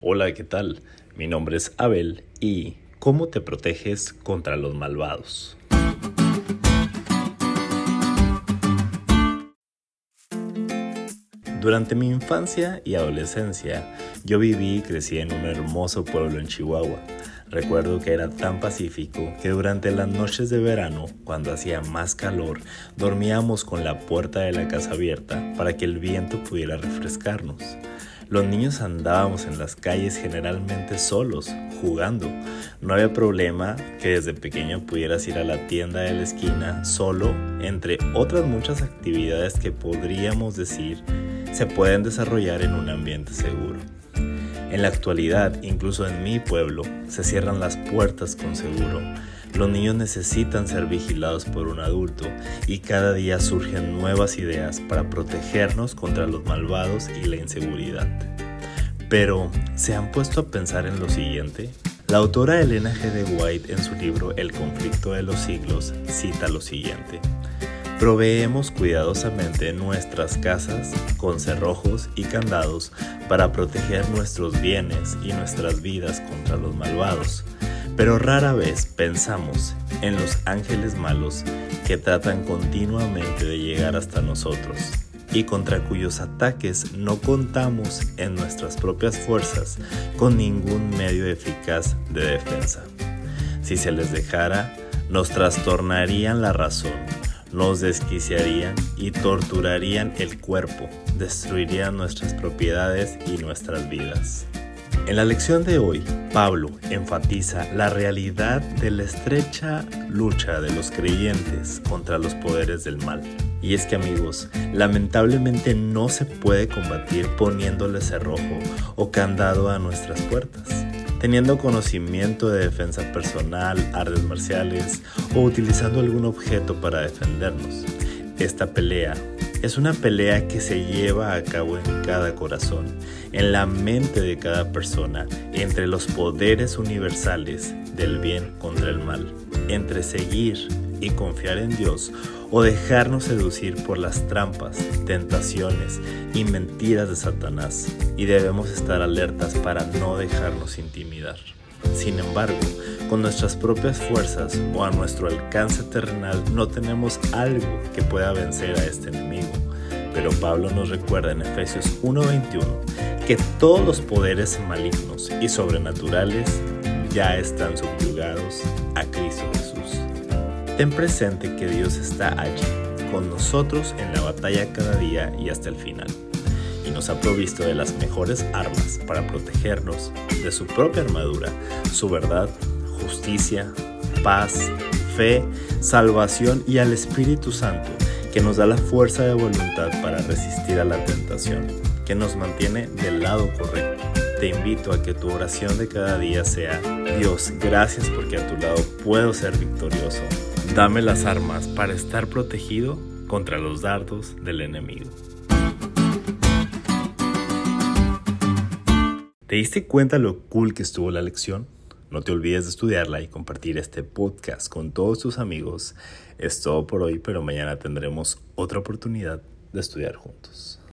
Hola, ¿qué tal? Mi nombre es Abel y ¿cómo te proteges contra los malvados? Durante mi infancia y adolescencia, yo viví y crecí en un hermoso pueblo en Chihuahua. Recuerdo que era tan pacífico que durante las noches de verano, cuando hacía más calor, dormíamos con la puerta de la casa abierta para que el viento pudiera refrescarnos. Los niños andábamos en las calles generalmente solos, jugando. No había problema que desde pequeño pudieras ir a la tienda de la esquina solo, entre otras muchas actividades que podríamos decir se pueden desarrollar en un ambiente seguro. En la actualidad, incluso en mi pueblo, se cierran las puertas con seguro. Los niños necesitan ser vigilados por un adulto y cada día surgen nuevas ideas para protegernos contra los malvados y la inseguridad. Pero, ¿se han puesto a pensar en lo siguiente? La autora Elena G. de White en su libro El conflicto de los siglos cita lo siguiente: proveemos cuidadosamente nuestras casas con cerrojos y candados para proteger nuestros bienes y nuestras vidas contra los malvados. Pero rara vez pensamos en los ángeles malos que tratan continuamente de llegar hasta nosotros y contra cuyos ataques no contamos en nuestras propias fuerzas con ningún medio eficaz de defensa. Si se les dejara, nos trastornarían la razón, nos desquiciarían y torturarían el cuerpo, destruirían nuestras propiedades y nuestras vidas. En la lección de hoy, Pablo enfatiza la realidad de la estrecha lucha de los creyentes contra los poderes del mal. Y es que, amigos, lamentablemente no se puede combatir poniéndole cerrojo o candado a nuestras puertas, teniendo conocimiento de defensa personal, artes marciales o utilizando algún objeto para defendernos. Esta pelea es una pelea que se lleva a cabo en cada corazón, en la mente de cada persona, entre los poderes universales del bien contra el mal, entre seguir y confiar en Dios o dejarnos seducir por las trampas, tentaciones y mentiras de Satanás, y debemos estar alertas para no dejarnos intimidar. Sin embargo, con nuestras propias fuerzas o a nuestro alcance terrenal no tenemos algo que pueda vencer a este enemigo. Pero Pablo nos recuerda en Efesios 1:21 que todos los poderes malignos y sobrenaturales ya están subyugados a Cristo Jesús. Ten presente que Dios está allí, con nosotros en la batalla cada día y hasta el final, y nos ha provisto de las mejores armas para protegernos de su propia armadura, su verdad, justicia, paz, fe, salvación y al Espíritu Santo, que nos da la fuerza de voluntad para resistir a la tentación, que nos mantiene del lado correcto. Te invito a que tu oración de cada día sea: Dios, gracias porque a tu lado puedo ser victorioso. Dame las armas para estar protegido contra los dardos del enemigo. ¿Te diste cuenta lo cool que estuvo la lección? No te olvides de estudiarla y compartir este podcast con todos tus amigos. Es todo por hoy, pero mañana tendremos otra oportunidad de estudiar juntos.